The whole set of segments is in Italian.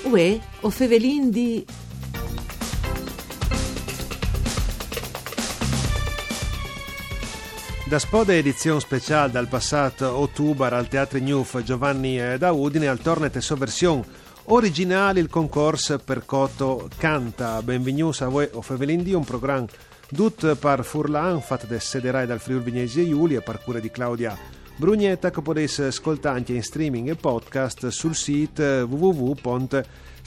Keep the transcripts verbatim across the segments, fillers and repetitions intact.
Uè, o fevelin di... Da Spode edizione speciale dal passato ottobre al Teatro Gnuf Giovanni da Udine al tornete so versione originale il concorso per Coto Canta. Benvenuti a voi o fevelin di un programma dut par Furlan fatto da Sederai dal Friuli Vignesi e Giulia per cura di Claudia Brugnetta che potete ascoltare anche in streaming e podcast sul sito w w w punto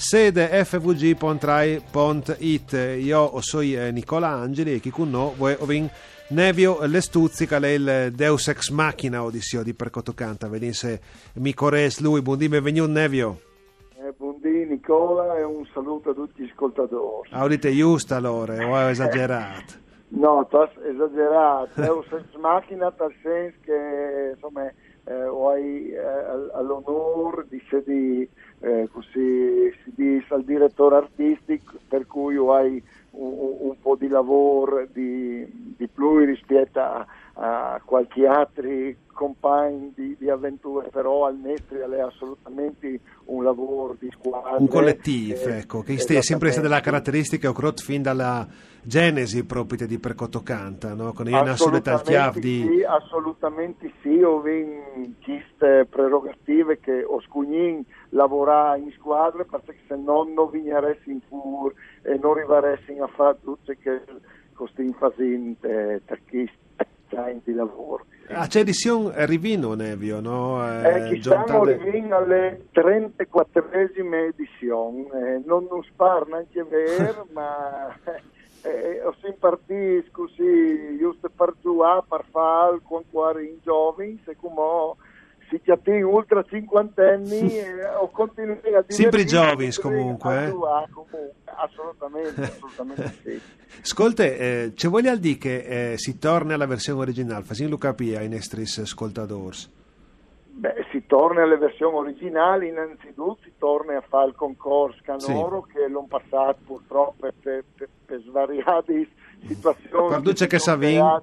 sedefvg punto rai punto it. Io sono Nicola Angeli e chi con noi voi ovin Nevio Lestuzzi che è il Deus Ex Machina odissio di Percoto Canta. Vedi se mi corres lui. Buondì, benvenuto Nevio. Eh, buondì Nicola e un saluto a tutti gli ascoltatori. Audite giusto allora, o ho esagerato? No, tu hai esagerato. Deus Ex Machina nel senso che insomma eh, hai eh, l'onore di essere eh, così si dice al direttore artistico, per cui hai un, un po' di lavoro di, di più rispetto a, a qualche altro compagno di, di avventure, però al Nestri è assolutamente un lavoro di squadra, un collettivo, eh, ecco, che è sempre stata la caratteristica o fin dalla genesi proprio di Percoto Canta, no? Con una solita di sì, assolutamente sì, ho queste prerogative che Oscugnin lavora in squadra, perché se non non vigneresti in fur e non arriveresti a fare tutte che queste infasi per chi sta di lavoro. Ah, c'è edizione Rivino Nevio, no? Eh, eh, stiamo arrivando alle trentaquattresime edizione, eh, non non spar neanche vero, ma eh, ho sempre partito così, giusto per giocare, per fare con in giovani, se come si chiamano ultra cinquantenni, eh, ho continuato a dire sempre giovani comunque, eh? Giocare, comunque, assolutamente, assolutamente sì. Ascolta, eh, ci voglia dire che eh, si torna alla versione originale, facciamo lo capire ai nostri ascoltatori. Beh, si torna alle versioni originali, innanzitutto si torna a fare il concorso canoro, sì, che l'hanno passato purtroppo per, per, per svariate situazioni. Quando c'è che Savin?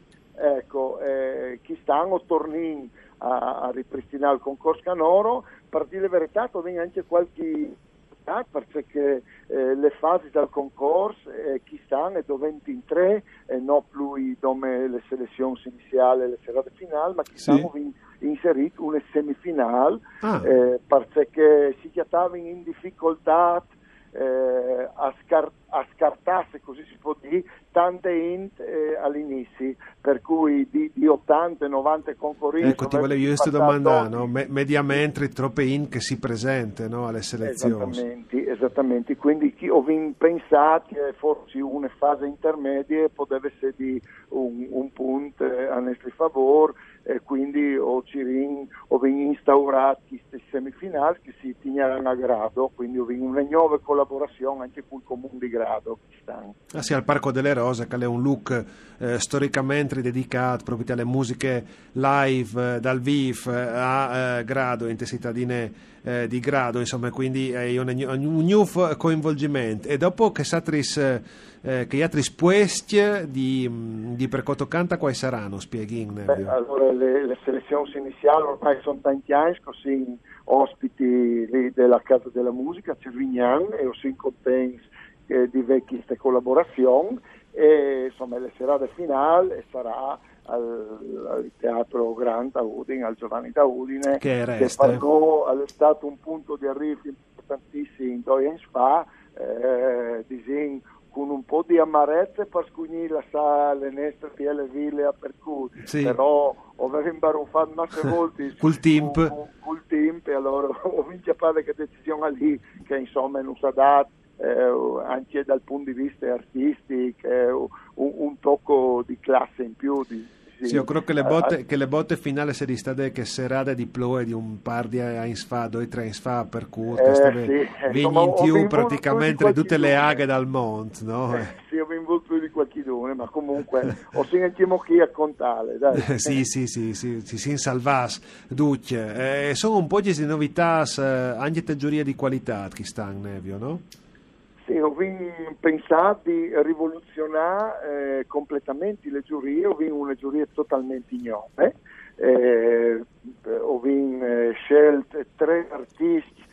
Ecco, eh, chi stanno tornando a, a ripristinare il concorso canoro, per dire la verità, viene anche qualche perché eh, le fasi del concorso eh, chi stanno è doventi in tre e non più come le selezioni iniziali e le serate finali, ma chi sì, stanno in, inserito una semifinale, ah. eh, perché si chiamavano in difficoltà eh, a, scar- a scartarsi, così si può dire, tante int eh, all'inizio, per cui di, di ottanta novanta concorrenti. Ecco, ti volevo io domandare, no? Me- mediamente troppe int che si presente, no? Alle selezioni. Esattamente, esattamente. Quindi chi ho pensato che forse una fase intermedia poteva essere di un, un punto a nostro favore, e quindi ho, cirin, ho instaurato queste semifinali che si teneranno a grado, quindi ho una nuova collaborazione anche con il comune di grado. Ah sì, al Parco delle Rose, che è un look eh, storicamente dedicato proprio alle musiche live, eh, dal vivo eh, a eh, grado, in cittadine eh, di grado, insomma, quindi è un, un new coinvolgimento. E dopo che satris eh, che altri spuesti di, di Percoto Canta quali saranno, spieghi? Beh, allora le, le selezioni iniziali ormai sono tanti anni, così ospiti lì della Casa della Musica, Cervignan, e ho sin contenti eh, di vecchie collaborazioni, e insomma le serate finali sarà al, al Teatro Grande a Udine, al Giovanni da Udine, che, che per noi è stato un punto di arrivo importantissimo in due anni fa, eh, disegno con un po' di amarezza per scugnire la sala, le nostre fiele ville a percuti, sì, però avevo imbaruffato molte volte col tempo, col tempo, e allora ho vinto a fare che decisione lì, che insomma non si è data, eh, anche dal punto di vista artistico, eh, un, un tocco di classe in più, di, sì, io credo che le botte, uh, che le botte finali si state che serate di ploe di un par di anni fa, due o tre anni fa, per cui eh, sì, vigni in più praticamente di tutte le aghe dal mondo, no? Eh, sì, ho vinto più di qualcuno, ma comunque ho sentito chi a contare, dai. sì, sì, sì, sì, si si salvas duce. Eh, sono un po' di novità, eh, anche te giuria di qualità che stanno, Nevio, no? Sì, ho pensato di rivoluzionare eh, completamente le giurie, ho vinto una giuria totalmente ignome, eh, ho vinto eh, scelto tre artisti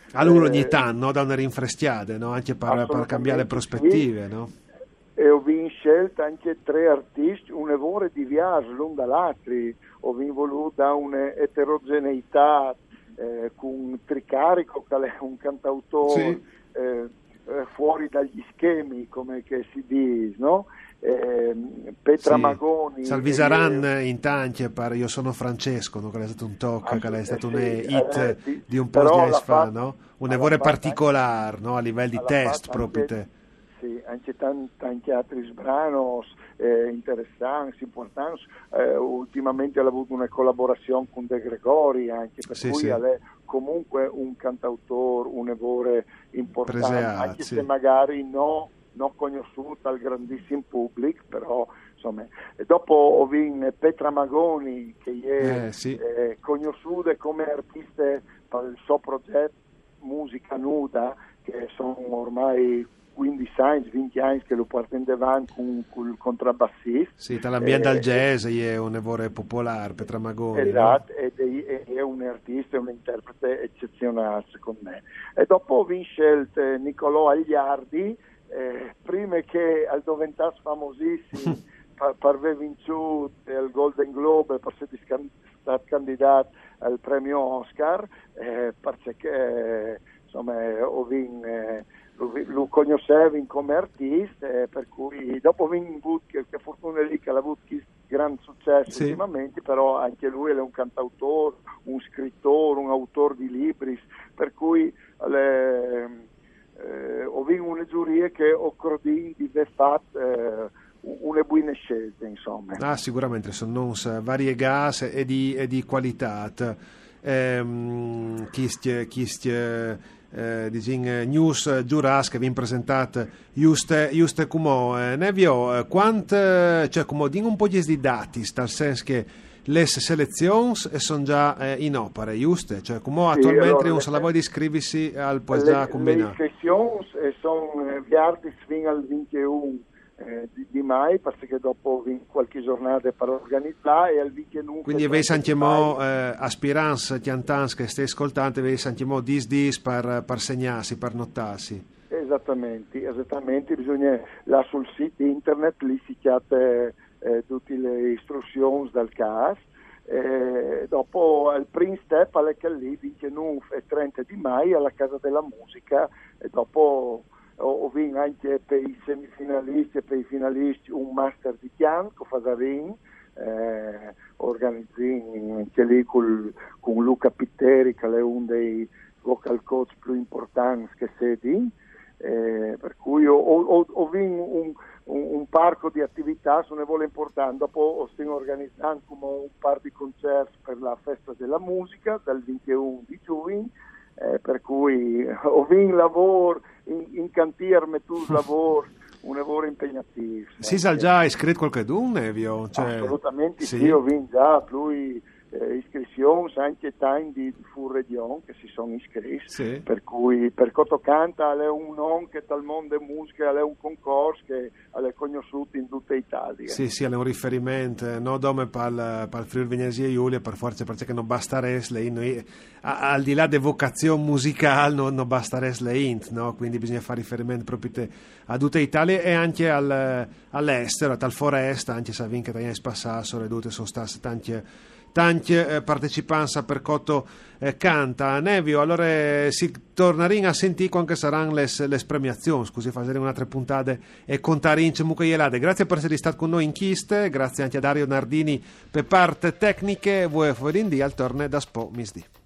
Allora ogni tanto, no? Da una rinfreschiata, no? Anche per, per cambiare prospettive, sì. no? E ho scelto anche tre artisti, un evore diverso l'un dall'altro, ho voluto da un'eterogeneità eh, con Tricarico, che è un cantautore sì. eh, fuori dagli schemi, come che si dice, no? Eh, Petra sì. Magoni Salvisaran è... in tanti per Io sono Francesco, no? Che è stato un tocco, che è stato sì, un hit eh, sì, di un po' di anni fa, fatto, no? Un evore particolare, anche, no? A livello di test proprio anche, te. Sì, anche tanti, tanti altri brani eh, interessanti, importanti. Eh, ultimamente ha avuto una collaborazione con De Gregori, anche per sì, cui sì. è comunque un cantautore, un evore importante, Preseat, anche sì. se magari no, non conosciuto al grandissimo pubblico, però insomma. E dopo ho visto Petra Magoni, che è eh, sì. eh, conosciuta come artista per il suo progetto Musica Nuda, che sono ormai quindici anni, venti anni che lo portano avanti con, con il contrabbassista. Sì, dall'ambiente eh, al jazz è un evore popolare, Petra Magoni. Esatto, no? ed è, è un artista e un interprete eccezionale secondo me. E dopo ho scelto Niccolò Agliardi, eh, prima che al diventasse famosissimo per, per aver vinto il Golden Globe, per essere stato candidato al premio Oscar, eh, perché eh, insomma ho vinto... Eh, lo conoscevo come artista, eh, per cui dopo vinto che, che fortuna lì che ha avuto gran successo sì. ultimamente, però anche lui è un cantautore, un scrittore, un autore di libri, per cui le, eh, ho vinto una giuria che ho creduto di aver fatto eh, una buona scelta, insomma. Ah, sicuramente sono variegate e di, e di qualità. Ehm, chi stie, chi stie Eh, disin news giuras che vi presentate giuste giuste come eh, Nevio eh, quant cioè come dico un po' di dati dal senso che le selezioni sono già eh, in opera giuste cioè come sì, attualmente allora, non se la vuoi di iscriversi al può già combinare le iscrizioni sono avviate fino al ventuno Eh, di, di mai, perché dopo qualche giornata per organizzare e al ventuno quindi avete anche mo eh, aspiranze chiantans che stai ascoltando avete anche mo dis dis per, per segnarsi, per notarsi esattamente, esattamente bisogna là sul sito internet lì si chiate eh, tutte le istruzioni del caso eh, dopo il primo step è che lì ventuno e trenta di mai alla Casa della Musica e dopo ho vinto anche per i semifinalisti e per i finalisti un master di chianto Fasarin eh, organizzato anche lì col, con Luca Pitteri che è uno dei vocal coach più importanti che sedi eh, per cui ho, ho, ho vinto un, un, un parco di attività su ne vuole importante dopo ho stiamo organizzando come un par di concerti per la festa della musica dal ventuno di giugno Eh, per cui ho vinto lavoro in, in cantiere, metto lavoro, un lavoro impegnativo. Si sa già iscritto qualcuno, Nevio? Cioè, assolutamente sì, sì, ho vinto già lui eh, iscrizioni anche tanti di Furredion che si sono iscritti, sì. Per cui per Coto Canta è un nome che dal mondo della musica è un concorso che è conosciuto in tutta Italia. Sì, sì, è un riferimento, no dome per il Friuli Venezia Giulia, per forza perché non basta resle, noi, a, al di là delle vocazioni musicali non, non basta resle int, no? Quindi bisogna fare riferimento proprio te, a tutta Italia e anche al, all'estero, a tal foresta, anche se vinca da anni passati, sono redute, sono state tante tanti eh, partecipanti per Cotto eh, Canta. Nevio, allora eh, si tornerà a sentire quando saranno le, le premiazioni, scusi, fare un'altra puntata e contare in Cemucaielade. Grazie per essere stato con noi in Chiste, grazie anche a Dario Nardini per parte tecniche, voi fuori in dia al torne da Spo Misdi.